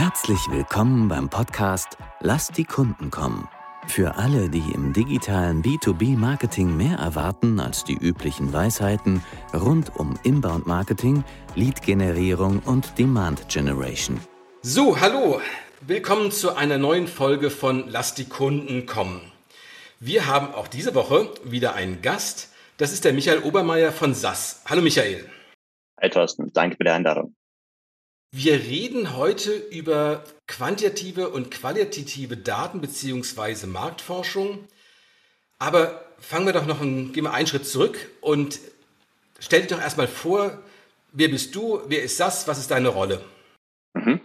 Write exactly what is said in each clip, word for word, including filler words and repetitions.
Herzlich willkommen beim Podcast Lass die Kunden kommen. Für alle, die im digitalen B zwei B-Marketing mehr erwarten als die üblichen Weisheiten rund um Inbound-Marketing, Lead-Generierung und Demand-Generation. So, hallo, willkommen zu einer neuen Folge von Lass die Kunden kommen. Wir haben auch diese Woche wieder einen Gast, das ist der Michael Obermeier von S A S. Hallo Michael. Hi Thorsten, danke für die Einladung. Wir reden heute über quantitative und qualitative Daten bzw. Marktforschung. Aber fangen wir doch noch einen, gehen wir einen Schritt zurück und stell dich doch erstmal vor, wer bist du, wer ist S A S, was ist deine Rolle? Mhm.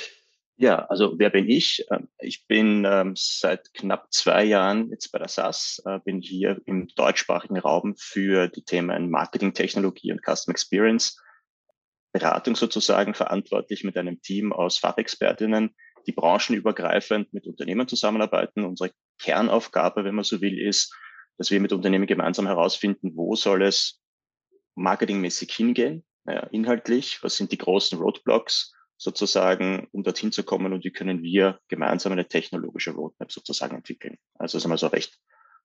Ja, also wer bin ich? Ich bin ähm, seit knapp zwei Jahren jetzt bei der S A S, äh, bin hier im deutschsprachigen Raum für die Themen Marketingtechnologie und Customer Experience Beratung sozusagen verantwortlich mit einem Team aus Fachexpertinnen, die branchenübergreifend mit Unternehmen zusammenarbeiten. Unsere Kernaufgabe, wenn man so will, ist, dass wir mit Unternehmen gemeinsam herausfinden, wo soll es marketingmäßig hingehen, naja, inhaltlich, was sind die großen Roadblocks sozusagen, um dorthin zu kommen und wie können wir gemeinsam eine technologische Roadmap sozusagen entwickeln. Also das ist einmal so recht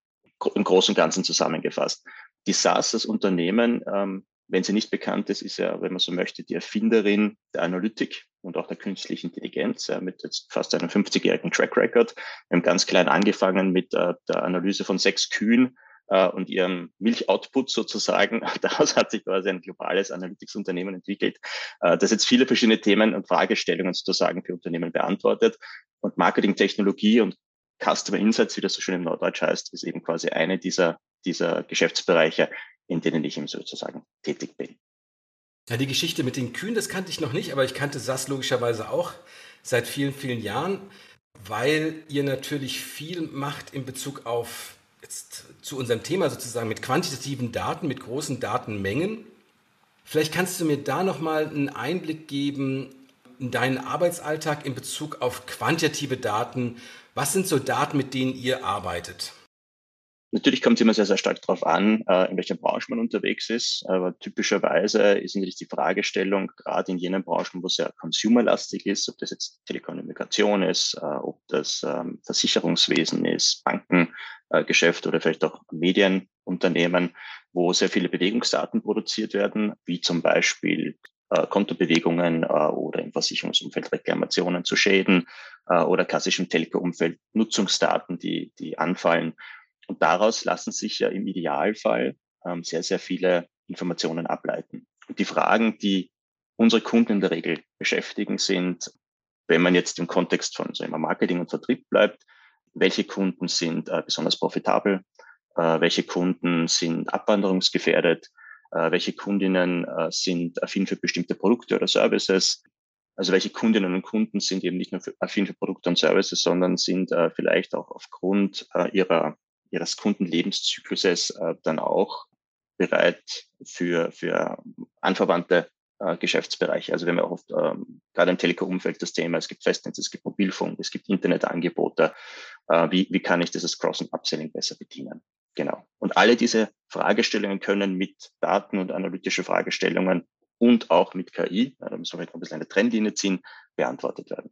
im Großen und Ganzen zusammengefasst. Die S A S als Unternehmen, ähm, wenn sie nicht bekannt ist, ist ja, wenn man so möchte, die Erfinderin der Analytik und auch der künstlichen Intelligenz ja, mit jetzt fast einem fünfzigjährigen Track Record. Wir haben ganz klein angefangen mit äh, der Analyse von sechs Kühen äh, und ihrem Milchoutput sozusagen. Daraus hat sich quasi ein globales Analytics-Unternehmen entwickelt, äh, das jetzt viele verschiedene Themen und Fragestellungen sozusagen für Unternehmen beantwortet. Und Marketingtechnologie und Customer Insights, wie das so schön im Norddeutsch heißt, ist eben quasi eine dieser, dieser Geschäftsbereiche, in denen ich eben sozusagen tätig bin. Ja, die Geschichte mit den Kühen, das kannte ich noch nicht, aber ich kannte S A S logischerweise auch seit vielen, vielen Jahren, weil ihr natürlich viel macht in Bezug auf, jetzt zu unserem Thema sozusagen, mit quantitativen Daten, mit großen Datenmengen. Vielleicht kannst du mir da nochmal einen Einblick geben in deinen Arbeitsalltag in Bezug auf quantitative Daten. Was sind so Daten, mit denen ihr arbeitet? Natürlich kommt es immer sehr, sehr stark darauf an, in welcher Branche man unterwegs ist. Aber typischerweise ist natürlich die Fragestellung, gerade in jenen Branchen, wo es sehr consumerlastig ist, ob das jetzt Telekommunikation ist, ob das Versicherungswesen ist, Bankengeschäft oder vielleicht auch Medienunternehmen, wo sehr viele Bewegungsdaten produziert werden, wie zum Beispiel Kontobewegungen oder im Versicherungsumfeld Reklamationen zu Schäden oder klassischem Telco-Umfeld Nutzungsdaten, die, die anfallen. Und daraus lassen sich ja im Idealfall ähm, sehr, sehr viele Informationen ableiten. Und die Fragen, die unsere Kunden in der Regel beschäftigen, sind, wenn man jetzt im Kontext von so immer Marketing und Vertrieb bleibt, welche Kunden sind äh, besonders profitabel, äh, welche Kunden sind abwanderungsgefährdet, äh, welche Kundinnen äh, sind affin für bestimmte Produkte oder Services. Also welche Kundinnen und Kunden sind eben nicht nur für, affin für Produkte und Services, sondern sind äh, vielleicht auch aufgrund äh, ihrer ihres Kundenlebenszykluses äh, dann auch bereit für, für anverwandte äh, Geschäftsbereiche. Also wir haben ja auch oft ähm, gerade im Telekom-Umfeld das Thema, es gibt Festnetz, es gibt Mobilfunk, es gibt Internetangebote. Äh, wie, wie kann ich dieses Cross- und Upselling besser bedienen? Genau. Und alle diese Fragestellungen können mit Daten und analytische Fragestellungen und auch mit K I, äh, da müssen wir vielleicht ein bisschen eine Trennlinie ziehen, beantwortet werden.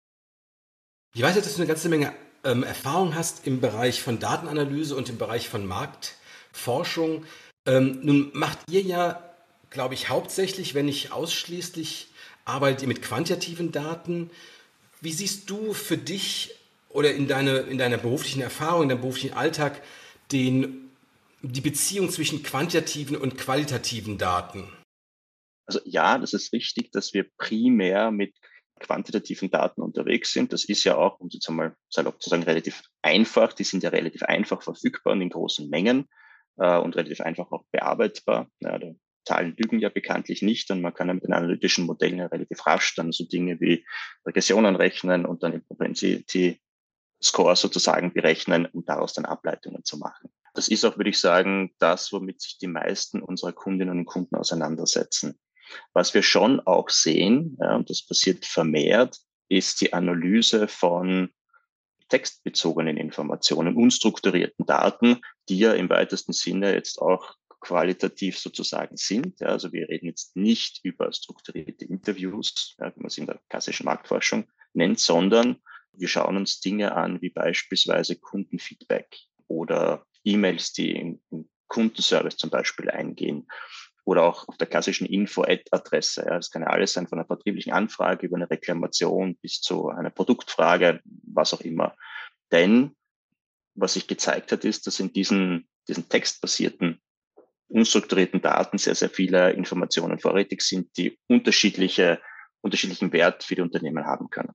Ich weiß jetzt, dass du eine ganze Menge ähm, Erfahrung hast im Bereich von Datenanalyse und im Bereich von Marktforschung. Ähm, nun macht ihr ja, glaube ich, hauptsächlich, wenn nicht ausschließlich, arbeitet ihr mit quantitativen Daten. Wie siehst du für dich oder in, deine, in deiner beruflichen Erfahrung, in deinem beruflichen Alltag den, die Beziehung zwischen quantitativen und qualitativen Daten? Also ja, das ist richtig, dass wir primär mit quantitativen Daten unterwegs sind. Das ist ja auch, um es jetzt einmal salopp zu sagen, relativ einfach. Die sind ja relativ einfach verfügbar und in großen Mengen äh, und relativ einfach auch bearbeitbar. Ja, die Zahlen lügen ja bekanntlich nicht und man kann ja mit den analytischen Modellen ja relativ rasch dann so Dinge wie Regressionen rechnen und dann im Propensity Score sozusagen berechnen, um daraus dann Ableitungen zu machen. Das ist auch, würde ich sagen, das, womit sich die meisten unserer Kundinnen und Kunden auseinandersetzen. Was wir schon auch sehen, ja, und das passiert vermehrt, ist die Analyse von textbezogenen Informationen, unstrukturierten Daten, die ja im weitesten Sinne jetzt auch qualitativ sozusagen sind. Ja, also wir reden jetzt nicht über strukturierte Interviews, ja, wie man es in der klassischen Marktforschung nennt, sondern wir schauen uns Dinge an, wie beispielsweise Kundenfeedback oder E-Mails, die im, im Kundenservice zum Beispiel eingehen oder auch auf der klassischen Info-Ad-Adresse. Ja, das kann ja alles sein, von einer vertrieblichen Anfrage über eine Reklamation bis zu einer Produktfrage, was auch immer. Denn was sich gezeigt hat, ist, dass in diesen, diesen textbasierten, unstrukturierten Daten sehr, sehr viele Informationen vorrätig sind, die unterschiedliche, unterschiedlichen Wert für die Unternehmen haben können.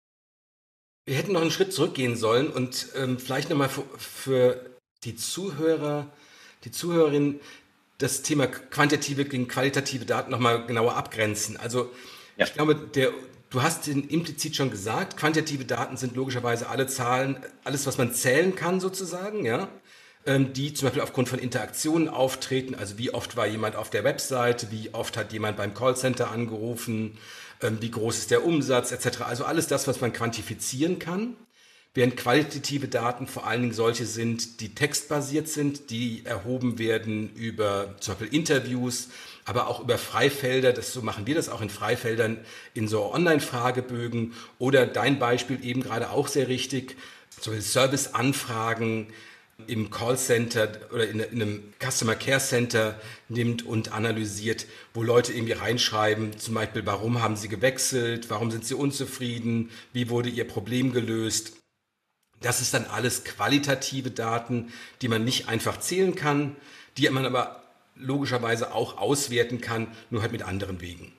Wir hätten noch einen Schritt zurückgehen sollen und ähm, vielleicht nochmal für, für die Zuhörer, die Zuhörerin das Thema quantitative gegen qualitative Daten nochmal genauer abgrenzen. Also Ja. ich glaube, der, du hast den implizit schon gesagt, quantitative Daten sind logischerweise alle Zahlen, alles, was man zählen kann sozusagen, ja, ähm, die zum Beispiel aufgrund von Interaktionen auftreten, also wie oft war jemand auf der Webseite, wie oft hat jemand beim Callcenter angerufen, ähm, wie groß ist der Umsatz et cetera. Also alles das, was man quantifizieren kann. Während qualitative Daten vor allen Dingen solche sind, die textbasiert sind, die erhoben werden über zum Beispiel Interviews, aber auch über Freifelder. Das, so machen wir das auch in Freifeldern in so Online-Fragebögen. Oder dein Beispiel eben gerade auch sehr richtig, so Service-Anfragen im Callcenter oder in, in einem Customer Care Center nimmt und analysiert, wo Leute irgendwie reinschreiben, zum Beispiel, warum haben sie gewechselt, warum sind sie unzufrieden, wie wurde ihr Problem gelöst. Das ist dann alles qualitative Daten, die man nicht einfach zählen kann, die man aber logischerweise auch auswerten kann, nur halt mit anderen Wegen.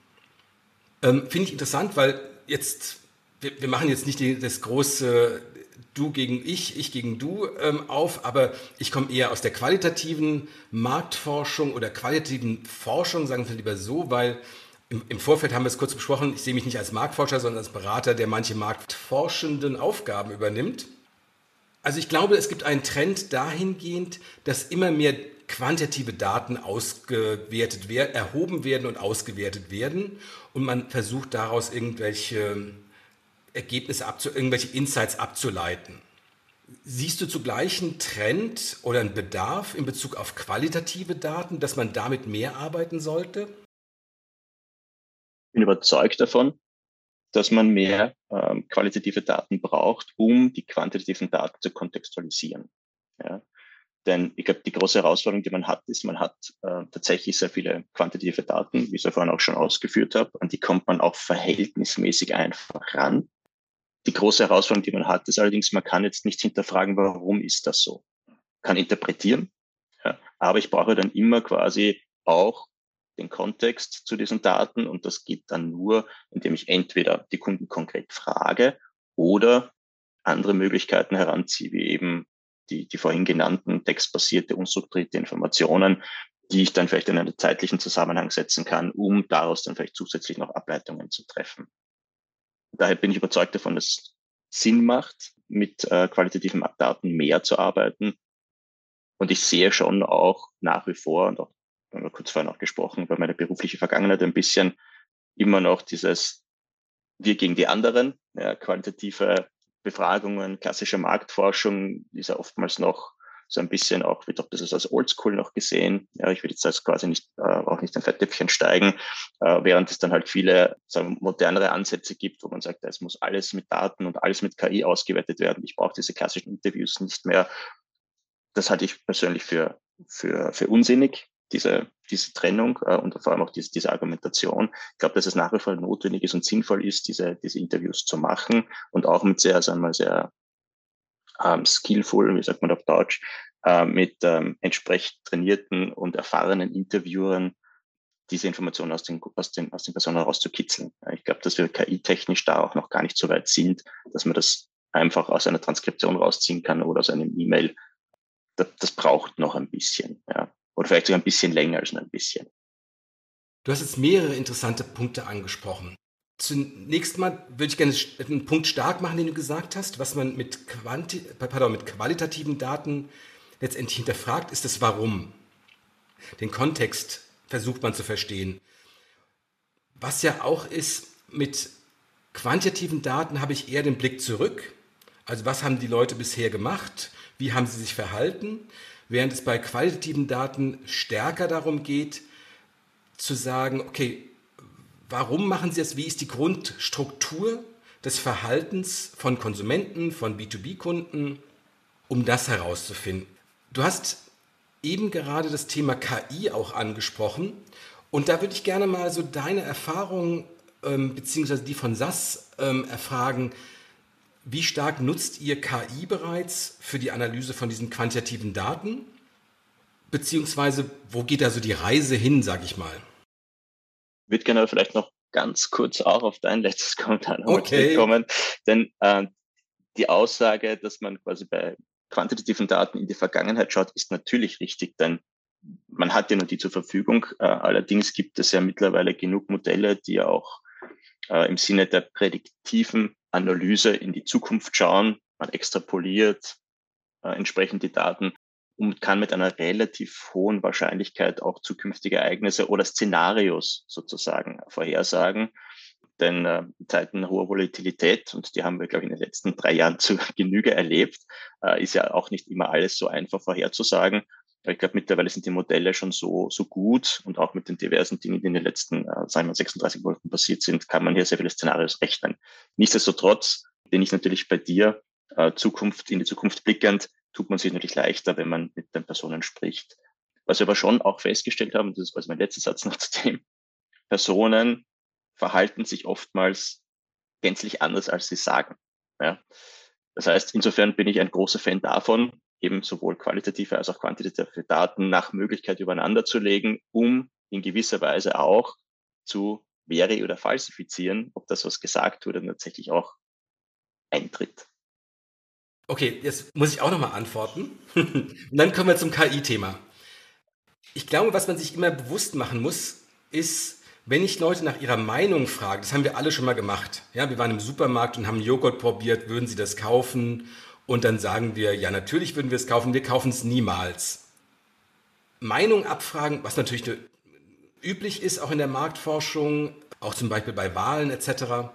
Ähm, Finde ich interessant, weil jetzt, wir, wir machen jetzt nicht die, das große Du gegen ich, ich gegen du ähm, auf, aber ich komme eher aus der qualitativen Marktforschung oder qualitativen Forschung, sagen wir lieber so, weil im, im Vorfeld haben wir es kurz besprochen, ich sehe mich nicht als Marktforscher, sondern als Berater, der manche marktforschenden Aufgaben übernimmt. Also ich glaube, es gibt einen Trend dahingehend, dass immer mehr quantitative Daten ausgewertet werden, erhoben werden und ausgewertet werden und man versucht daraus irgendwelche Ergebnisse, abzu, irgendwelche Insights abzuleiten. Siehst du zugleich einen Trend oder einen Bedarf in Bezug auf qualitative Daten, dass man damit mehr arbeiten sollte? Ich bin überzeugt davon, dass man mehr ähm, qualitative Daten braucht, um die quantitativen Daten zu kontextualisieren. Ja. Denn ich glaube, die große Herausforderung, die man hat, ist, man hat äh, tatsächlich sehr viele quantitative Daten, wie ich es vorhin auch schon ausgeführt habe, an die kommt man auch verhältnismäßig einfach ran. Die große Herausforderung, die man hat, ist allerdings, man kann jetzt nicht hinterfragen, warum ist das so? Kann interpretieren, ja, aber ich brauche dann immer quasi auch den Kontext zu diesen Daten und das geht dann nur, indem ich entweder die Kunden konkret frage oder andere Möglichkeiten heranziehe, wie eben die, die vorhin genannten textbasierte, unstrukturierte Informationen, die ich dann vielleicht in einen zeitlichen Zusammenhang setzen kann, um daraus dann vielleicht zusätzlich noch Ableitungen zu treffen. Daher bin ich überzeugt davon, dass es Sinn macht, mit äh, qualitativen Daten mehr zu arbeiten. Und ich sehe schon auch nach wie vor, und auch, wir haben wir kurz vorhin auch gesprochen, über meine berufliche Vergangenheit ein bisschen immer noch dieses Wir gegen die anderen, ja, qualitative Befragungen, klassische Marktforschung ist ja oftmals noch so ein bisschen auch, wird auch das ist als Oldschool noch gesehen. Ja, ich würde jetzt als quasi nicht, äh, auch nicht ein Fettnäpfchen steigen, äh, während es dann halt viele sagen, modernere Ansätze gibt, wo man sagt, es muss alles mit Daten und alles mit K I ausgewertet werden. Ich brauche diese klassischen Interviews nicht mehr. Das halte ich persönlich für, für, für unsinnig, diese, diese Trennung äh, und vor allem auch diese, diese Argumentation. Ich glaube, dass es nach wie vor notwendig ist und sinnvoll ist, diese, diese Interviews zu machen und auch mit sehr, sagen wir mal, sehr ähm, skillful, wie sagt man auf Deutsch, äh, mit ähm, entsprechend trainierten und erfahrenen Interviewern diese Informationen aus den, aus den, aus den Personen herauszukitzeln. Ich glaube, dass wir K I-technisch da auch noch gar nicht so weit sind, dass man das einfach aus einer Transkription rausziehen kann oder aus einem E-Mail. Das, das braucht noch ein bisschen, ja. Oder vielleicht sogar ein bisschen länger als nur ein bisschen. Du hast jetzt mehrere interessante Punkte angesprochen. Zunächst mal würde ich gerne einen Punkt stark machen, den du gesagt hast, was man mit, Quanti pardon, mit qualitativen Daten letztendlich hinterfragt, ist das Warum. Den Kontext versucht man zu verstehen. Was ja auch ist, mit quantitativen Daten habe ich eher den Blick zurück. Also was haben die Leute bisher gemacht? Wie haben sie sich verhalten? Während es bei qualitativen Daten stärker darum geht, zu sagen, okay, warum machen sie das? Wie ist die Grundstruktur? des Verhaltens von Konsumenten, von B zwei B-Kunden, um das herauszufinden. Du hast eben gerade das Thema K I auch angesprochen und da würde ich gerne mal so deine Erfahrungen ähm, beziehungsweise die von S A S ähm, erfragen. Wie stark nutzt ihr K I bereits für die Analyse von diesen quantitativen Daten? Beziehungsweise wo geht da so die Reise hin, sag ich mal? Ich würde gerne vielleicht noch ganz kurz auch auf dein letztes Kommentar nochmal Okay. zurückkommen, denn äh, die Aussage, dass man quasi bei quantitativen Daten in die Vergangenheit schaut, ist natürlich richtig, denn man hat ja nur die zur Verfügung. Äh, allerdings gibt es ja mittlerweile genug Modelle, die auch äh, im Sinne der prädiktiven Analyse in die Zukunft schauen. Man extrapoliert äh, entsprechend die Daten und kann mit einer relativ hohen Wahrscheinlichkeit auch zukünftige Ereignisse oder Szenarios sozusagen vorhersagen. Denn äh, in Zeiten hoher Volatilität, und die haben wir, glaube ich, in den letzten drei Jahren zu Genüge erlebt, äh, ist ja auch nicht immer alles so einfach vorherzusagen. Aber ich glaube, mittlerweile sind die Modelle schon so, so gut und auch mit den diversen Dingen, die in den letzten, äh, sagen wir, sechsunddreißig Monaten passiert sind, kann man hier sehr viele Szenarios rechnen. Nichtsdestotrotz bin ich natürlich bei dir, äh, Zukunft, in die Zukunft blickend, tut man sich natürlich leichter, wenn man mit den Personen spricht. Was wir aber schon auch festgestellt haben, das ist quasi mein letzter Satz noch zu dem, Personen verhalten sich oftmals gänzlich anders, als sie sagen. Ja. Das heißt, insofern bin ich ein großer Fan davon, eben sowohl qualitative als auch quantitative Daten nach Möglichkeit übereinander zu legen, um in gewisser Weise auch zu veri- oder falsifizieren, ob das, was gesagt wurde, tatsächlich auch eintritt. Okay, jetzt muss ich auch nochmal antworten. Und dann kommen wir zum K I-Thema. Ich glaube, was man sich immer bewusst machen muss, ist, wenn ich Leute nach ihrer Meinung frage, das haben wir alle schon mal gemacht. Ja, wir waren im Supermarkt und haben Joghurt probiert, würden sie das kaufen? Und dann sagen wir, ja, natürlich würden wir es kaufen, wir kaufen es niemals. Meinung abfragen, was natürlich üblich ist, auch in der Marktforschung, auch zum Beispiel bei Wahlen et cetera,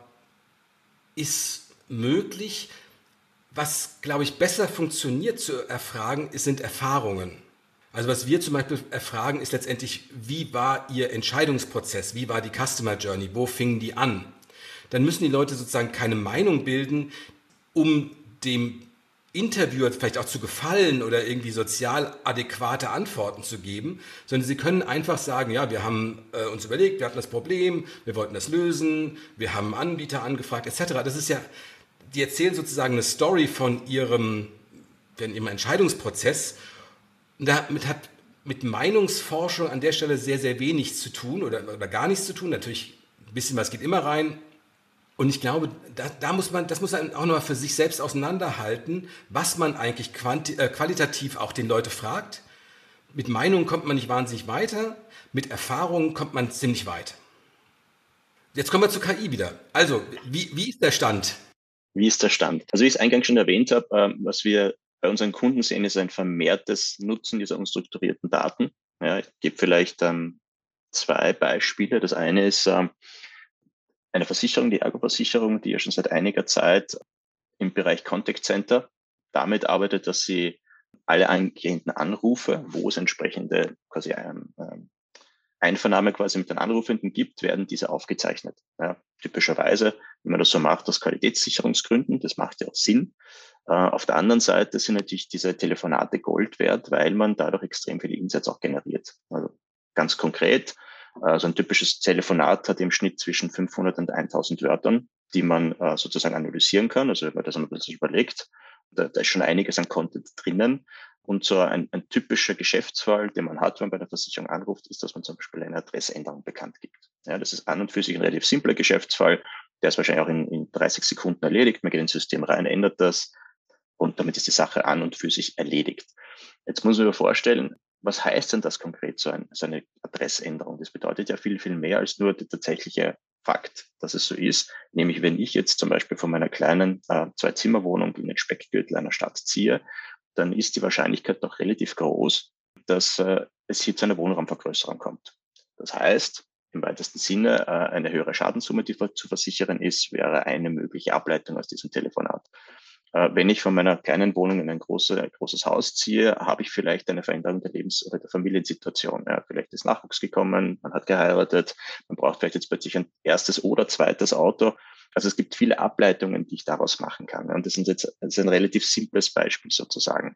ist möglich. Was, glaube ich, besser funktioniert zu erfragen, sind Erfahrungen. Also was wir zum Beispiel erfragen, ist letztendlich, wie war Ihr Entscheidungsprozess, wie war die Customer Journey, wo fingen die an? Dann müssen die Leute sozusagen keine Meinung bilden, um dem Interviewer vielleicht auch zu gefallen oder irgendwie sozial adäquate Antworten zu geben, sondern sie können einfach sagen, ja, wir haben äh, uns überlegt, wir hatten das Problem, wir wollten das lösen, wir haben Anbieter angefragt et cetera. Das ist ja, die erzählen sozusagen eine Story von ihrem, von ihrem Entscheidungsprozess. Und damit hat mit Meinungsforschung an der Stelle sehr, sehr wenig zu tun oder, oder gar nichts zu tun. Natürlich ein bisschen was geht immer rein. Und ich glaube, da, da muss man, das muss man auch nochmal für sich selbst auseinanderhalten, was man eigentlich quanti, äh, qualitativ auch den Leute fragt. Mit Meinungen kommt man nicht wahnsinnig weiter, mit Erfahrungen kommt man ziemlich weit. Jetzt kommen wir zu K I wieder. Also, wie, wie ist der Stand? Wie ist der Stand? Also wie ich es eingangs schon erwähnt habe, ähm, was wir bei unseren Kunden sehen, ist ein vermehrtes Nutzen dieser unstrukturierten Daten. Ja, ich gebe vielleicht ähm, zwei Beispiele. Das eine ist ähm, eine Versicherung, die Ergo-Versicherung, die ja schon seit einiger Zeit im Bereich Contact Center damit arbeitet, dass sie alle eingehenden Anrufe, wo es entsprechende quasi ähm, ähm, Einvernahme quasi mit den Anrufenden gibt, werden diese aufgezeichnet. Ja, typischerweise, wenn man das so macht, aus Qualitätssicherungsgründen, das macht ja auch Sinn. Äh, auf der anderen Seite sind natürlich diese Telefonate Gold wert, weil man dadurch extrem viele Insights auch generiert. Also ganz konkret, äh, so ein typisches Telefonat hat im Schnitt zwischen fünfhundert und tausend Wörtern, die man äh, sozusagen analysieren kann. Also wenn man das einmal sich überlegt, da, da ist schon einiges an Content drinnen. Und so ein, ein typischer Geschäftsfall, den man hat, wenn man bei der Versicherung anruft, ist, dass man zum Beispiel eine Adressänderung bekannt gibt. Ja, das ist an und für sich ein relativ simpler Geschäftsfall. Der ist wahrscheinlich auch in, in dreißig Sekunden erledigt. Man geht ins System rein, ändert das und damit ist die Sache an und für sich erledigt. Jetzt muss man sich vorstellen, was heißt denn das konkret, so, ein, so eine Adressänderung? Das bedeutet ja viel, viel mehr als nur der tatsächliche Fakt, dass es so ist. Nämlich, wenn ich jetzt zum Beispiel von meiner kleinen äh, Zwei-Zimmer-Wohnung in den Speckgürtel einer Stadt ziehe, dann ist die Wahrscheinlichkeit doch relativ groß, dass äh, es hier zu einer Wohnraumvergrößerung kommt. Das heißt, im weitesten Sinne, äh, eine höhere Schadenssumme, die zu versichern ist, wäre eine mögliche Ableitung aus diesem Telefonat. Äh, wenn ich von meiner kleinen Wohnung in ein, große, ein großes Haus ziehe, habe ich vielleicht eine Veränderung der Lebens- oder der Familiensituation. Ja, vielleicht ist Nachwuchs gekommen, man hat geheiratet, man braucht vielleicht jetzt plötzlich ein erstes oder zweites Auto. Also es gibt viele Ableitungen, die ich daraus machen kann. Und das ist jetzt das ist ein relativ simples Beispiel sozusagen.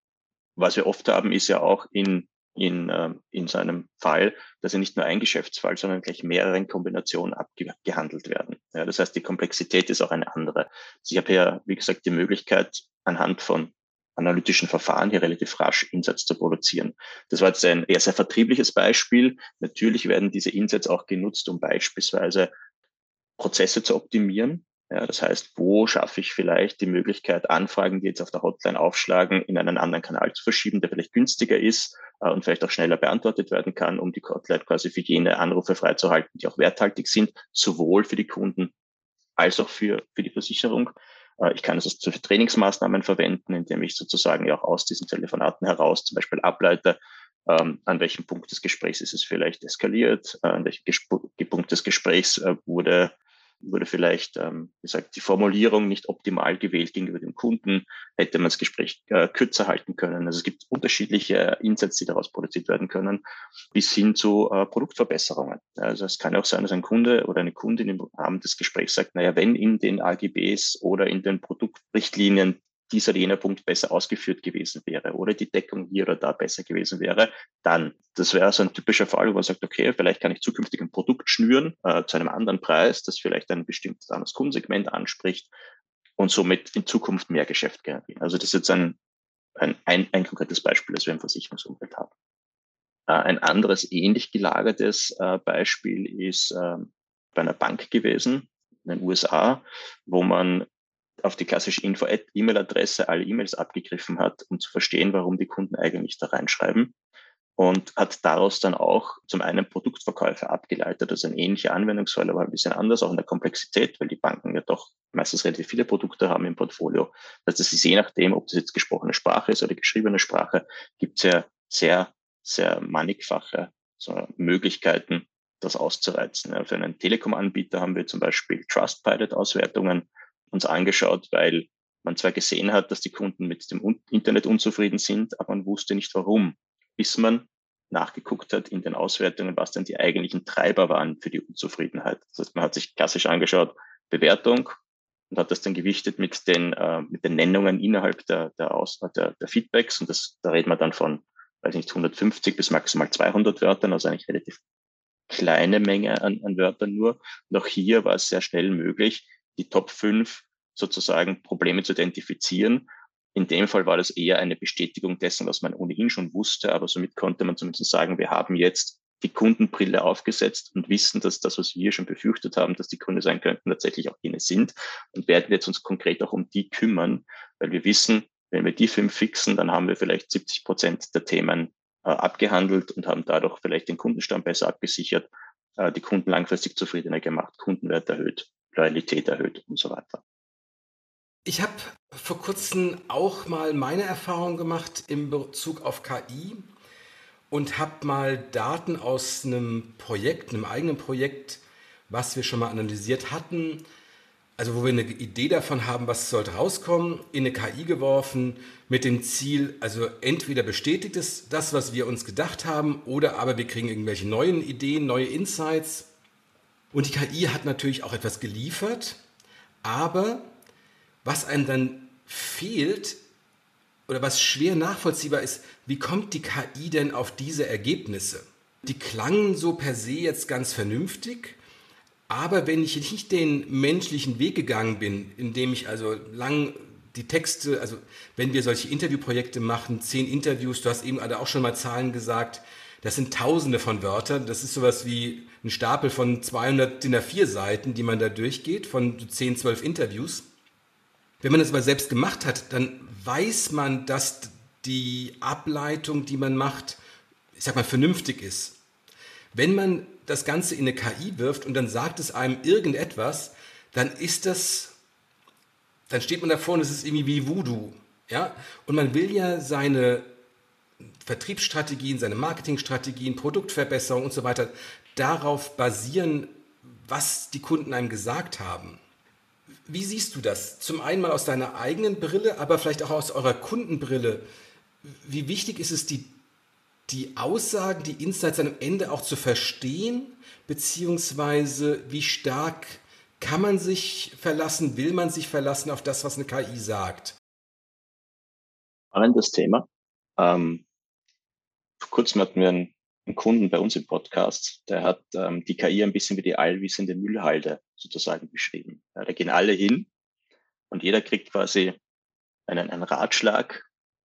Was wir oft haben, ist ja auch in, in, äh, in so einem Fall, dass ja nicht nur ein Geschäftsfall, sondern gleich mehrere in Kombination abgehandelt werden. Ja, das heißt, die Komplexität ist auch eine andere. Also ich habe ja, wie gesagt, die Möglichkeit, anhand von analytischen Verfahren hier relativ rasch Insights zu produzieren. Das war jetzt ein eher sehr vertriebliches Beispiel. Natürlich werden diese Insights auch genutzt, um beispielsweise Prozesse zu optimieren. Ja, das heißt, wo schaffe ich vielleicht die Möglichkeit, Anfragen, die jetzt auf der Hotline aufschlagen, in einen anderen Kanal zu verschieben, der vielleicht günstiger ist äh, und vielleicht auch schneller beantwortet werden kann, um die Hotline quasi für jene Anrufe freizuhalten, die auch werthaltig sind, sowohl für die Kunden als auch für, für die Versicherung. Äh, ich kann es also für Trainingsmaßnahmen verwenden, indem ich sozusagen ja auch aus diesen Telefonaten heraus zum Beispiel ableite, ähm, an welchem Punkt des Gesprächs ist es vielleicht eskaliert, äh, an welchem Gesp- Punkt des Gesprächs äh, wurde wurde vielleicht, ähm, wie gesagt, die Formulierung nicht optimal gewählt gegenüber dem Kunden, hätte man das Gespräch äh, kürzer halten können. Also es gibt unterschiedliche Insights, die daraus produziert werden können, bis hin zu äh, Produktverbesserungen. Also es kann auch sein, dass ein Kunde oder eine Kundin im Rahmen des Gesprächs sagt, naja, wenn in den A G Bs oder in den Produktrichtlinien dieser oder jener Punkt besser ausgeführt gewesen wäre oder die Deckung hier oder da besser gewesen wäre, dann, das wäre so ein typischer Fall, wo man sagt, okay, vielleicht kann ich zukünftig ein Produkt schnüren äh, zu einem anderen Preis, das vielleicht ein bestimmtes anderes Kundensegment anspricht und somit in Zukunft mehr Geschäft generieren. Also das ist jetzt ein, ein, ein, ein konkretes Beispiel, das wir im Versicherungsumfeld haben. Äh, ein anderes ähnlich gelagertes äh, Beispiel ist äh, bei einer Bank gewesen in den U S A, wo man auf die klassische Info-E-Mail-Adresse alle E-Mails abgegriffen hat, um zu verstehen, warum die Kunden eigentlich da reinschreiben. Und hat daraus dann auch zum einen Produktverkäufe abgeleitet, also ein ähnlicher Anwendungsfall, aber ein bisschen anders, auch in der Komplexität, weil die Banken ja doch meistens relativ viele Produkte haben im Portfolio. Das heißt, es ist je nachdem, ob das jetzt gesprochene Sprache ist oder geschriebene Sprache, gibt es ja sehr, sehr mannigfache so Möglichkeiten, das auszureizen. Ja, für einen Telekom-Anbieter haben wir zum Beispiel Trustpilot-Auswertungen uns angeschaut, weil man zwar gesehen hat, dass die Kunden mit dem Internet unzufrieden sind, aber man wusste nicht warum, bis man nachgeguckt hat in den Auswertungen, was denn die eigentlichen Treiber waren für die Unzufriedenheit. Das heißt, man hat sich klassisch angeschaut, Bewertung, und hat das dann gewichtet mit den, äh, mit den Nennungen innerhalb der, der, Aus, der, der Feedbacks. Und das, da reden wir dann von, weiß nicht, hundertfünfzig bis maximal zweihundert Wörtern, also eigentlich relativ kleine Menge an, an Wörtern nur. Und auch hier war es sehr schnell möglich, die Top fünf sozusagen Probleme zu identifizieren. In dem Fall war das eher eine Bestätigung dessen, was man ohnehin schon wusste, aber somit konnte man zumindest sagen, wir haben jetzt die Kundenbrille aufgesetzt und wissen, dass das, was wir schon befürchtet haben, dass die Kunden sein könnten, tatsächlich auch jene sind, und werden jetzt uns konkret auch um die kümmern, weil wir wissen, wenn wir die fünf fixen, dann haben wir vielleicht siebzig Prozent der Themen äh, abgehandelt und haben dadurch vielleicht den Kundenstamm besser abgesichert, äh, die Kunden langfristig zufriedener gemacht, Kundenwert erhöht, Loyalität erhöht und so weiter. Ich habe vor kurzem auch mal meine Erfahrung gemacht in Bezug auf K I und habe mal Daten aus einem Projekt, einem eigenen Projekt, was wir schon mal analysiert hatten, also wo wir eine Idee davon haben, was sollte rauskommen, in eine K I geworfen mit dem Ziel, also entweder bestätigt es das, was wir uns gedacht haben, oder aber wir kriegen irgendwelche neuen Ideen, neue Insights. Und die K I hat natürlich auch etwas geliefert, aber was einem dann fehlt oder was schwer nachvollziehbar ist, wie kommt die K I denn auf diese Ergebnisse? Die klangen so per se jetzt ganz vernünftig, aber wenn ich nicht den menschlichen Weg gegangen bin, indem ich also lang die Texte, also wenn wir solche Interviewprojekte machen, zehn Interviews, du hast eben gerade auch schon mal Zahlen gesagt, das sind Tausende von Wörtern, das ist sowas wie ein Stapel von zweihundert D I N A vier Seiten, die man da durchgeht, von zehn, zwölf Interviews. Wenn man das aber selbst gemacht hat, dann weiß man, dass die Ableitung, die man macht, ich sag mal, vernünftig ist. Wenn man das Ganze in eine K I wirft und dann sagt es einem irgendetwas, dann ist das, dann steht man davor und es ist irgendwie wie Voodoo. Ja? Und man will ja seine Vertriebsstrategien, seine Marketingstrategien, Produktverbesserung und so weiter darauf basieren, was die Kunden einem gesagt haben. Wie siehst du das? Zum einen mal aus deiner eigenen Brille, aber vielleicht auch aus eurer Kundenbrille. Wie wichtig ist es, die, die Aussagen, die Insights am Ende auch zu verstehen, beziehungsweise wie stark Kann man sich verlassen, will man sich verlassen auf das, was eine K I sagt? Spannendes Thema. Ähm, vor kurzem hatten wir einen, einen Kunden bei uns im Podcast, der hat ähm, die K I ein bisschen wie die allwissende Müllhalde sozusagen beschrieben. Ja, da gehen alle hin und jeder kriegt quasi einen, einen Ratschlag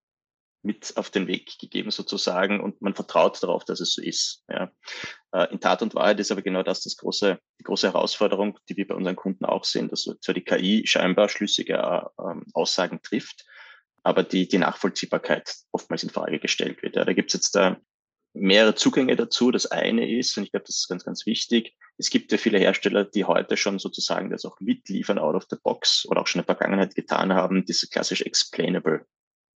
mit auf den Weg gegeben sozusagen und man vertraut darauf, dass es so ist. Ja. Äh, in Tat und Wahrheit ist aber genau das das große, die große Herausforderung, die wir bei unseren Kunden auch sehen, dass zwar die K I scheinbar schlüssige äh, Aussagen trifft, aber die, die Nachvollziehbarkeit oftmals in Frage gestellt wird. Ja, da gibt es jetzt da mehrere Zugänge dazu. Das eine ist, und ich glaube, das ist ganz, ganz wichtig, es gibt ja viele Hersteller, die heute schon sozusagen das auch mitliefern out of the box oder auch schon in der Vergangenheit getan haben, diese klassisch explainable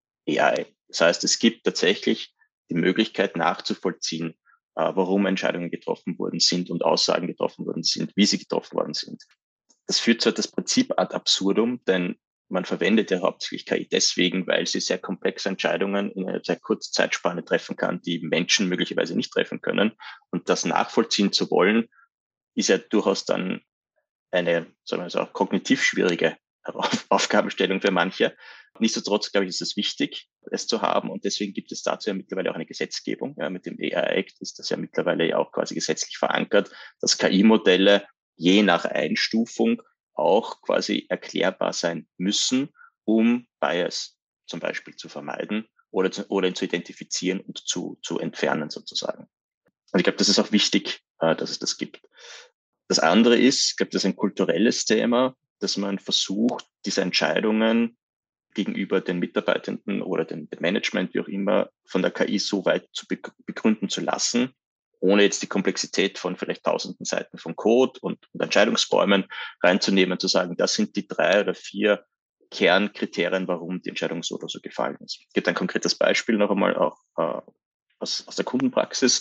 A I. Das heißt, es gibt tatsächlich die Möglichkeit nachzuvollziehen, äh, warum Entscheidungen getroffen worden sind und Aussagen getroffen worden sind, wie sie getroffen worden sind. Das führt zu das Prinzip ad absurdum, denn man verwendet ja hauptsächlich K I deswegen, weil sie sehr komplexe Entscheidungen in einer sehr kurzen Zeitspanne treffen kann, die Menschen möglicherweise nicht treffen können. Und das nachvollziehen zu wollen, ist ja durchaus dann eine, sagen wir so, kognitiv schwierige Aufgabenstellung für manche. Nichtsdestotrotz, glaube ich, ist es wichtig, es zu haben. Und deswegen gibt es dazu ja mittlerweile auch eine Gesetzgebung. Ja, mit dem A I Act ist das ja mittlerweile ja auch quasi gesetzlich verankert, dass K I-Modelle je nach Einstufung auch quasi erklärbar sein müssen, um Bias zum Beispiel zu vermeiden oder zu, oder zu identifizieren und zu, zu entfernen sozusagen. Und ich glaube, das ist auch wichtig, dass es das gibt. Das andere ist, ich glaube, das ist ein kulturelles Thema, dass man versucht, diese Entscheidungen gegenüber den Mitarbeitenden oder dem Management, wie auch immer, von der K I so weit zu begründen zu lassen, ohne jetzt die Komplexität von vielleicht tausenden Seiten von Code und, und Entscheidungsbäumen reinzunehmen, zu sagen, das sind die drei oder vier Kernkriterien, warum die Entscheidung so oder so gefallen ist. Es gibt ein konkretes Beispiel noch einmal auch äh, aus, aus der Kundenpraxis.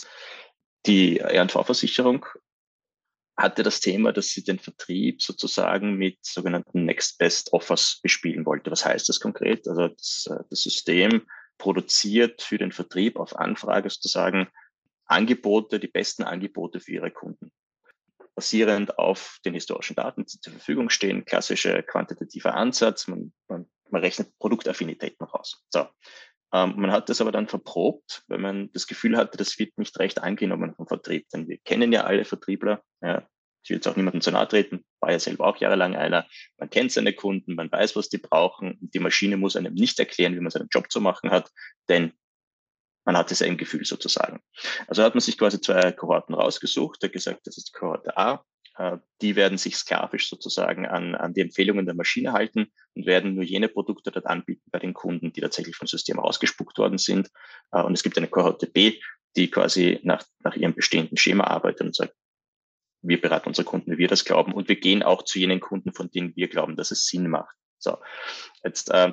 Die R und V-Versicherung hatte das Thema, dass sie den Vertrieb sozusagen mit sogenannten Next Best Offers bespielen wollte. Was heißt das konkret? Also das, das System produziert für den Vertrieb auf Anfrage sozusagen Angebote, die besten Angebote für ihre Kunden. Basierend auf den historischen Daten, die zur Verfügung stehen, klassischer quantitativer Ansatz, man, man, man rechnet Produktaffinitäten raus. So. Ähm, man hat das aber dann verprobt, weil man das Gefühl hatte, das wird nicht recht angenommen vom Vertrieb. Denn wir kennen ja alle Vertriebler. Ja, ich will jetzt auch niemandem zu nahe treten, war ja selber auch jahrelang einer. Man kennt seine Kunden, man weiß, was die brauchen. Und die Maschine muss einem nicht erklären, wie man seinen Job zu machen hat, denn man hat es ja im Gefühl sozusagen. Also hat man sich quasi zwei Kohorten rausgesucht, hat gesagt, das ist die Kohorte A. Die werden sich sklavisch sozusagen an, an die Empfehlungen der Maschine halten und werden nur jene Produkte dort anbieten bei den Kunden, die tatsächlich vom System ausgespuckt worden sind. Und es gibt eine Kohorte B, die quasi nach, nach ihrem bestehenden Schema arbeitet und sagt, wir beraten unsere Kunden, wie wir das glauben. Und wir gehen auch zu jenen Kunden, von denen wir glauben, dass es Sinn macht. So, jetzt äh,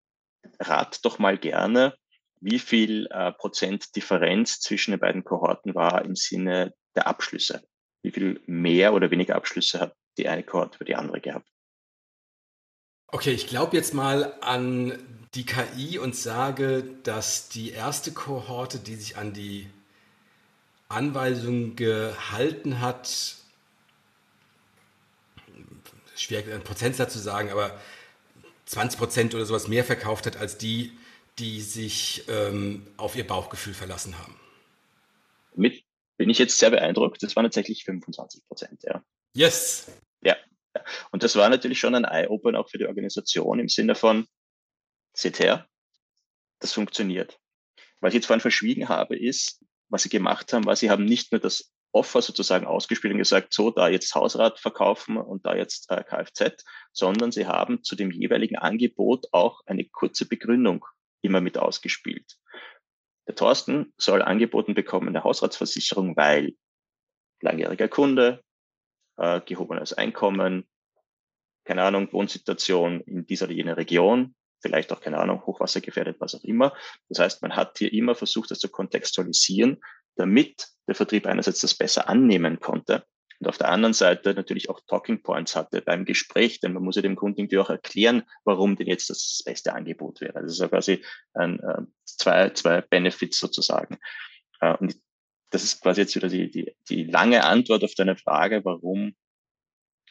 rat doch mal gerne, wie viel äh, Prozent Differenz zwischen den beiden Kohorten war im Sinne der Abschlüsse. Wie viel mehr oder weniger Abschlüsse hat die eine Kohorte über die andere gehabt? Okay, ich glaube jetzt mal an die K I und sage, dass die erste Kohorte, die sich an die Anweisungen gehalten hat, schwer einen Prozentsatz zu sagen, aber zwanzig Prozent oder sowas mehr verkauft hat als die, die sich ähm, auf ihr Bauchgefühl verlassen haben. Mit bin ich jetzt sehr beeindruckt. Das waren tatsächlich fünfundzwanzig Prozent, ja. Yes! Ja, ja. Und das war natürlich schon ein Eye-Opener auch für die Organisation im Sinne von, seht her, das funktioniert. Was ich jetzt vorhin verschwiegen habe, ist, was sie gemacht haben, war, sie haben nicht nur das Offer sozusagen ausgespielt und gesagt, so, da jetzt Hausrat verkaufen und da jetzt äh, Kfz, sondern sie haben zu dem jeweiligen Angebot auch eine kurze Begründung immer mit ausgespielt. Der Thorsten soll angeboten bekommen eine Hausratsversicherung, weil langjähriger Kunde, äh, gehobenes Einkommen, keine Ahnung, Wohnsituation in dieser oder jener Region, vielleicht auch, keine Ahnung, hochwassergefährdet, was auch immer. Das heißt, man hat hier immer versucht, das zu kontextualisieren, damit der Vertrieb einerseits das besser annehmen konnte und auf der anderen Seite natürlich auch Talking Points hatte beim Gespräch, denn man muss ja dem Kunden irgendwie auch erklären, warum denn jetzt das beste Angebot wäre. Das ist ja quasi ein, äh, zwei, zwei Benefits sozusagen. Äh, und das ist quasi jetzt wieder die, die, die lange Antwort auf deine Frage, warum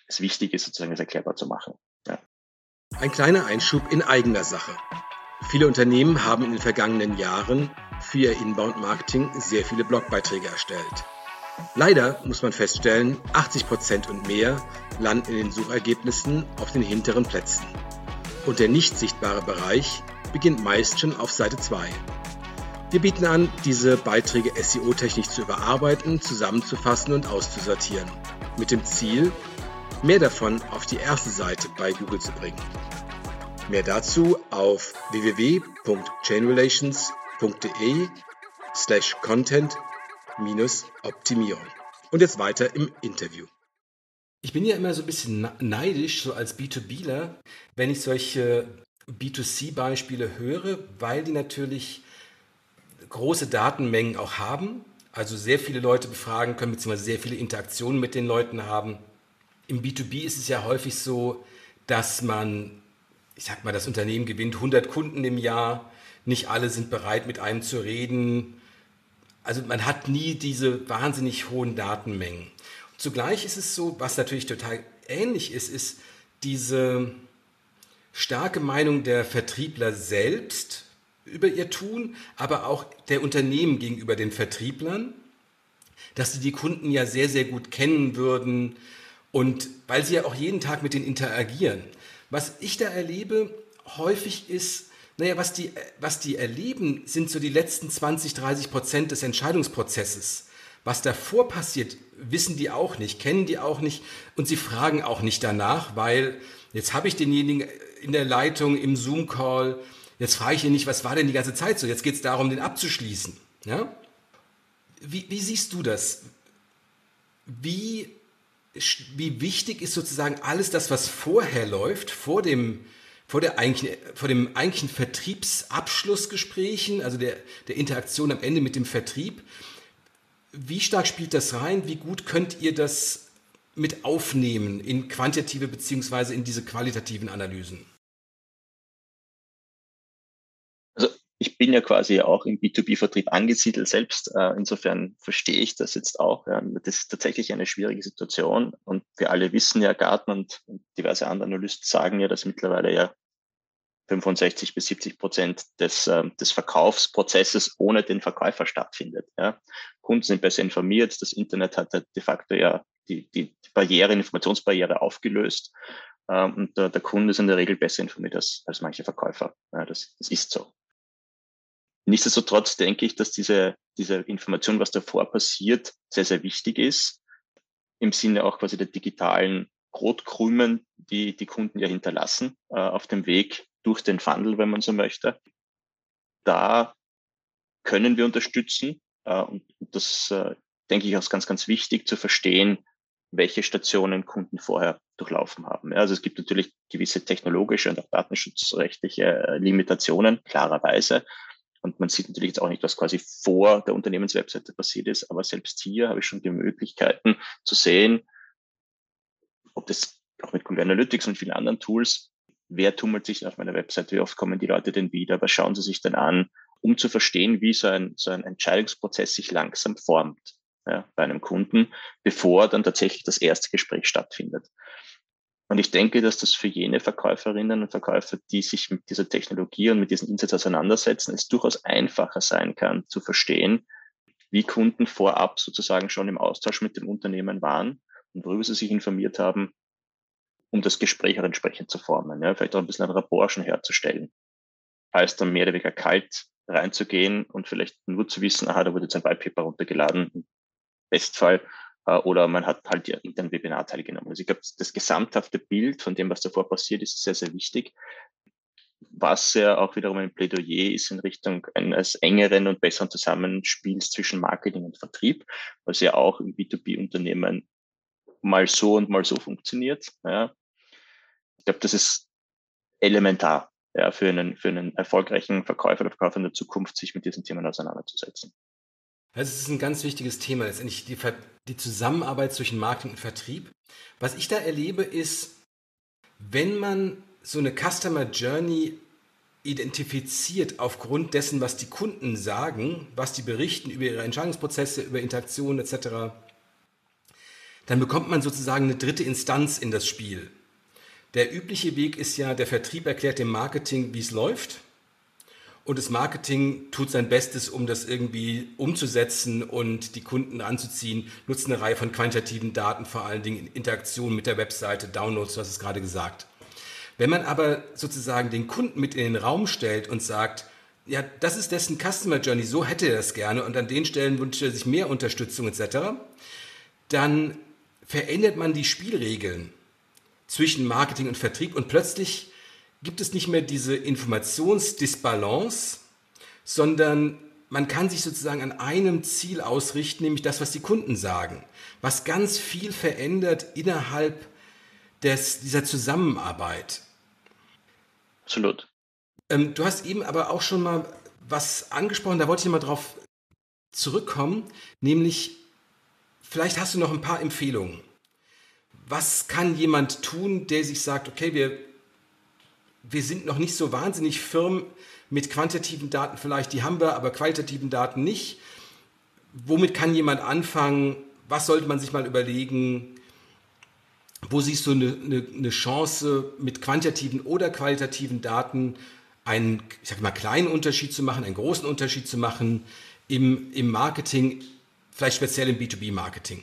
es wichtig ist, sozusagen das erklärbar zu machen. Ja. Ein kleiner Einschub in eigener Sache. Viele Unternehmen haben in den vergangenen Jahren für ihr Inbound-Marketing sehr viele Blogbeiträge erstellt. Leider muss man feststellen, achtzig Prozent und mehr landen in den Suchergebnissen auf den hinteren Plätzen. Und der nicht sichtbare Bereich beginnt meist schon auf Seite zwei. Wir bieten an, diese Beiträge S E O-technisch zu überarbeiten, zusammenzufassen und auszusortieren. Mit dem Ziel, mehr davon auf die erste Seite bei Google zu bringen. Mehr dazu auf w w w punkt chainrelations punkt de slash content minus Optimierung. Und jetzt weiter im Interview. Ich bin ja immer so ein bisschen neidisch, so als B zwei Bler, wenn ich solche B zwei C-Beispiele höre, weil die natürlich große Datenmengen auch haben, also sehr viele Leute befragen können, beziehungsweise sehr viele Interaktionen mit den Leuten haben. Im B zwei B ist es ja häufig so, dass man, ich sag mal, das Unternehmen gewinnt hundert Kunden im Jahr, nicht alle sind bereit, mit einem zu reden. Also man hat nie diese wahnsinnig hohen Datenmengen. Zugleich ist es so, was natürlich total ähnlich ist, ist diese starke Meinung der Vertriebler selbst über ihr Tun, aber auch der Unternehmen gegenüber den Vertrieblern, dass sie die Kunden ja sehr, sehr gut kennen würden und weil sie ja auch jeden Tag mit denen interagieren. Was ich da erlebe, häufig ist, naja, was die, was die erleben, sind so die letzten zwanzig, dreißig Prozent des Entscheidungsprozesses. Was davor passiert, wissen die auch nicht, kennen die auch nicht und sie fragen auch nicht danach, weil jetzt habe ich denjenigen in der Leitung im Zoom-Call, jetzt frage ich ihn nicht, was war denn die ganze Zeit so, jetzt geht es darum, den abzuschließen. Ja? Wie, wie siehst du das? Wie, wie wichtig ist sozusagen alles das, was vorher läuft, vor dem Vor, der eigentlichen, vor dem eigentlichen Vertriebsabschlussgesprächen, also der, der Interaktion am Ende mit dem Vertrieb. Wie stark spielt das rein? Wie gut könnt ihr das mit aufnehmen in quantitative beziehungsweise in diese qualitativen Analysen? Also ich bin ja quasi auch im B zwei B-Vertrieb angesiedelt selbst. Insofern verstehe ich das jetzt auch. Das ist tatsächlich eine schwierige Situation. Und wir alle wissen ja, Gartner und diverse andere Analysten sagen ja, dass mittlerweile ja fünfundsechzig bis siebzig Prozent des, des Verkaufsprozesses ohne den Verkäufer stattfindet. Ja. Kunden sind besser informiert. Das Internet hat de facto ja die, die Barriere, Informationsbarriere aufgelöst. Und der, der Kunde ist in der Regel besser informiert als, als manche Verkäufer. Ja, das, das ist so. Nichtsdestotrotz denke ich, dass diese, diese Information, was davor passiert, sehr, sehr wichtig ist. Im Sinne auch quasi der digitalen Brotkrümen, die die Kunden ja hinterlassen, äh, auf dem Weg durch den Funnel, wenn man so möchte. Da können wir unterstützen. Äh, und das, äh, denke ich, auch ganz, ganz wichtig zu verstehen, welche Stationen Kunden vorher durchlaufen haben. Ja, also es gibt natürlich gewisse technologische und auch datenschutzrechtliche äh, Limitationen, klarerweise. Und man sieht natürlich jetzt auch nicht, was quasi vor der Unternehmenswebseite passiert ist. Aber selbst hier habe ich schon die Möglichkeiten zu sehen, ob das auch mit Google Analytics und vielen anderen Tools, wer tummelt sich auf meiner Webseite, wie oft kommen die Leute denn wieder, was schauen sie sich denn an, um zu verstehen, wie so ein, so ein Entscheidungsprozess sich langsam formt, ja, bei einem Kunden, bevor dann tatsächlich das erste Gespräch stattfindet. Und ich denke, dass das für jene Verkäuferinnen und Verkäufer, die sich mit dieser Technologie und mit diesen Insights auseinandersetzen, es durchaus einfacher sein kann, zu verstehen, wie Kunden vorab sozusagen schon im Austausch mit dem Unternehmen waren und worüber sie sich informiert haben, um das Gespräch auch entsprechend zu formen. Ja, vielleicht auch ein bisschen ein Rapport schon herzustellen, als dann mehr oder weniger kalt reinzugehen und vielleicht nur zu wissen, aha, da wurde jetzt ein White Paper runtergeladen, im Bestfall, oder man hat halt ja irgendein Webinar teilgenommen. Also ich glaube, das gesamthafte Bild von dem, was davor passiert ist, ist sehr, sehr wichtig. Was ja auch wiederum ein Plädoyer ist in Richtung eines engeren und besseren Zusammenspiels zwischen Marketing und Vertrieb, was ja auch im B zwei B-Unternehmen mal so und mal so funktioniert. Ja. Ich glaube, das ist elementar, ja, für einen, für einen erfolgreichen Verkäufer oder Verkäufer in der Zukunft, sich mit diesen Themen auseinanderzusetzen. Das ist ein ganz wichtiges Thema, letztendlich die, die Zusammenarbeit zwischen Marketing und Vertrieb. Was ich da erlebe, ist, wenn man so eine Customer Journey identifiziert aufgrund dessen, was die Kunden sagen, was die berichten über ihre Entscheidungsprozesse, über Interaktionen et cetera, dann bekommt man sozusagen eine dritte Instanz in das Spiel. Der übliche Weg ist ja, der Vertrieb erklärt dem Marketing, wie es läuft. Und das Marketing tut sein Bestes, um das irgendwie umzusetzen und die Kunden anzuziehen, nutzt eine Reihe von quantitativen Daten, vor allen Dingen in Interaktion mit der Webseite, Downloads, du hast es gerade gesagt. Wenn man aber sozusagen den Kunden mit in den Raum stellt und sagt, ja, das ist dessen Customer Journey, so hätte er das gerne und an den Stellen wünscht er sich mehr Unterstützung et cetera, dann verändert man die Spielregeln zwischen Marketing und Vertrieb und plötzlich gibt es nicht mehr diese Informationsdisbalance, sondern man kann sich sozusagen an einem Ziel ausrichten, nämlich das, was die Kunden sagen, was ganz viel verändert innerhalb des, dieser Zusammenarbeit. Absolut. Ähm, du hast eben aber auch schon mal was angesprochen, da wollte ich mal drauf zurückkommen, nämlich vielleicht hast du noch ein paar Empfehlungen. Was kann jemand tun, der sich sagt, okay, wir Wir sind noch nicht so wahnsinnig firm mit quantitativen Daten vielleicht, die haben wir, aber qualitativen Daten nicht. Womit kann jemand anfangen? Was sollte man sich mal überlegen? Wo siehst du eine, eine, eine Chance, mit quantitativen oder qualitativen Daten einen, ich sag mal, kleinen Unterschied zu machen, einen großen Unterschied zu machen im, im Marketing, vielleicht speziell im B zwei B-Marketing?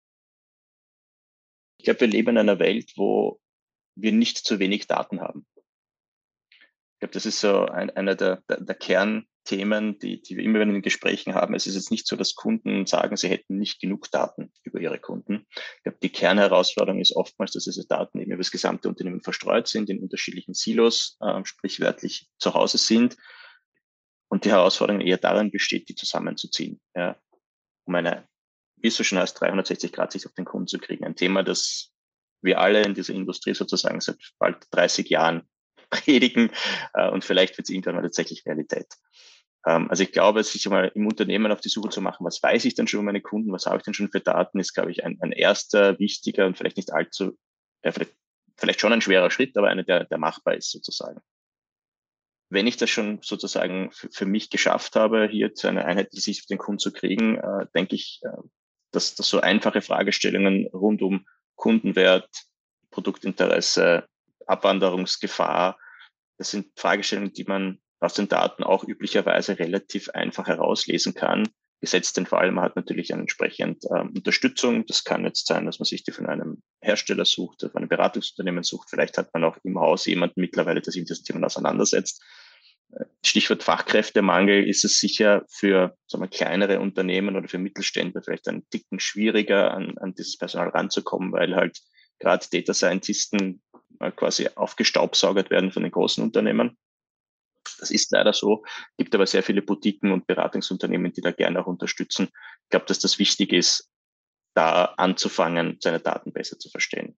Ich glaube, wir leben in einer Welt, wo wir nicht zu wenig Daten haben. Ich glaube, das ist so ein, einer der, der, der Kernthemen, die, die wir immer in den Gesprächen haben. Es ist jetzt nicht so, dass Kunden sagen, sie hätten nicht genug Daten über ihre Kunden. Ich glaube, die Kernherausforderung ist oftmals, dass diese Daten eben über das gesamte Unternehmen verstreut sind, in unterschiedlichen Silos, äh, sprichwörtlich zu Hause sind. Und die Herausforderung eher darin besteht, die zusammenzuziehen, ja, um eine, wie es so schon heißt, dreihundertsechzig Grad Sicht auf den Kunden zu kriegen. Ein Thema, das wir alle in dieser Industrie sozusagen seit bald dreißig Jahren predigen, äh, und vielleicht wird es irgendwann mal tatsächlich Realität. Ähm, also ich glaube, sich mal im Unternehmen auf die Suche zu machen, was weiß ich denn schon über meine Kunden, was habe ich denn schon für Daten, ist, glaube ich, ein, ein erster, wichtiger und vielleicht nicht allzu, ja, vielleicht, vielleicht schon ein schwerer Schritt, aber einer, der, der machbar ist sozusagen. Wenn ich das schon sozusagen für, für mich geschafft habe, hier zu einer einheitlichen Sicht auf den Kunden zu kriegen, äh, denke ich, äh, dass, dass so einfache Fragestellungen rund um Kundenwert, Produktinteresse, Abwanderungsgefahr, das sind Fragestellungen, die man aus den Daten auch üblicherweise relativ einfach herauslesen kann. Gesetzt den Fall, man hat natürlich eine entsprechend äh, Unterstützung. Das kann jetzt sein, dass man sich die von einem Hersteller sucht, von einem Beratungsunternehmen sucht. Vielleicht hat man auch im Haus jemanden mittlerweile, der sich mit diesen Themen auseinandersetzt. Stichwort Fachkräftemangel ist es sicher für, sagen wir, kleinere Unternehmen oder für Mittelständler vielleicht ein Ticken schwieriger, an, an dieses Personal ranzukommen, weil halt gerade Data Scientisten quasi aufgestaubsaugert werden von den großen Unternehmen. Das ist leider so. Gibt aber sehr viele Boutiquen und Beratungsunternehmen, die da gerne auch unterstützen. Ich glaube, dass das wichtig ist, da anzufangen, seine Daten besser zu verstehen.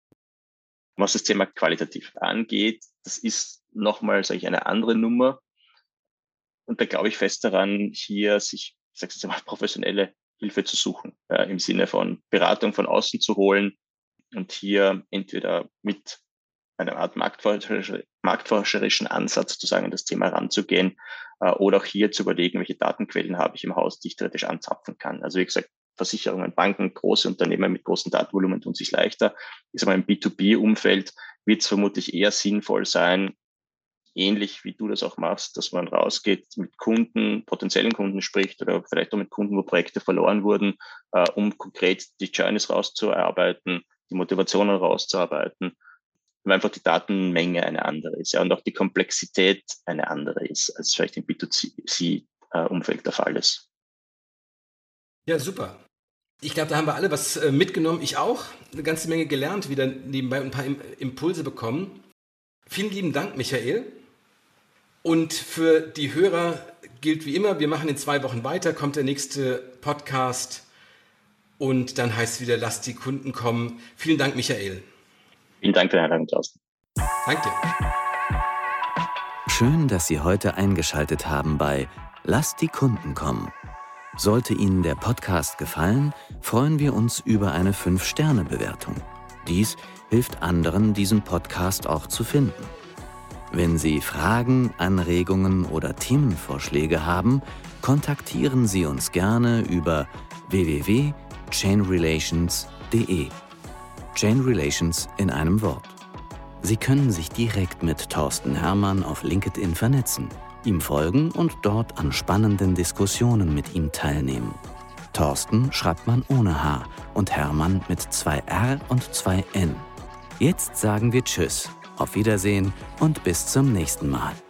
Was das Thema qualitativ angeht, das ist nochmal, sage ich, eine andere Nummer. Und da glaube ich fest daran, hier sich, ich sage jetzt einmal, professionelle Hilfe zu suchen, ja, im Sinne von Beratung von außen zu holen und hier entweder mit einer Art marktforscher, marktforscherischen Ansatz sozusagen an das Thema ranzugehen, äh, oder auch hier zu überlegen, welche Datenquellen habe ich im Haus, die ich theoretisch anzapfen kann. Also wie gesagt, Versicherungen, Banken, große Unternehmen mit großen Datenvolumen tun sich leichter. Ist aber im B zwei B-Umfeld wird es vermutlich eher sinnvoll sein, ähnlich wie du das auch machst, dass man rausgeht, mit Kunden, potenziellen Kunden spricht oder vielleicht auch mit Kunden, wo Projekte verloren wurden, äh, um konkret die Journeys rauszuarbeiten, die Motivationen rauszuarbeiten, weil einfach die Datenmenge eine andere ist, ja, und auch die Komplexität eine andere ist, als vielleicht im B zwei C-Umfeld der Fall ist. Ja, super. Ich glaube, da haben wir alle was äh, mitgenommen. Ich auch. Eine ganze Menge gelernt, wieder nebenbei ein paar Im- Impulse bekommen. Vielen lieben Dank, Michael. Und für die Hörer gilt wie immer, wir machen in zwei Wochen weiter, kommt der nächste Podcast und dann heißt es wieder, lasst die Kunden kommen. Vielen Dank, Michael. Vielen Dank für den Einladung, Thorsten. Danke. Schön, dass Sie heute eingeschaltet haben bei Lasst die Kunden kommen. Sollte Ihnen der Podcast gefallen, freuen wir uns über eine fünf Sterne Bewertung. Dies hilft anderen, diesen Podcast auch zu finden. Wenn Sie Fragen, Anregungen oder Themenvorschläge haben, kontaktieren Sie uns gerne über w w w punkt chain relations punkt de. Chain Relations in einem Wort. Sie können sich direkt mit Thorsten Herrmann auf LinkedIn vernetzen, ihm folgen und dort an spannenden Diskussionen mit ihm teilnehmen. Thorsten schreibt man ohne H und Herrmann mit zwei R und zwei N. Jetzt sagen wir Tschüss, auf Wiedersehen und bis zum nächsten Mal.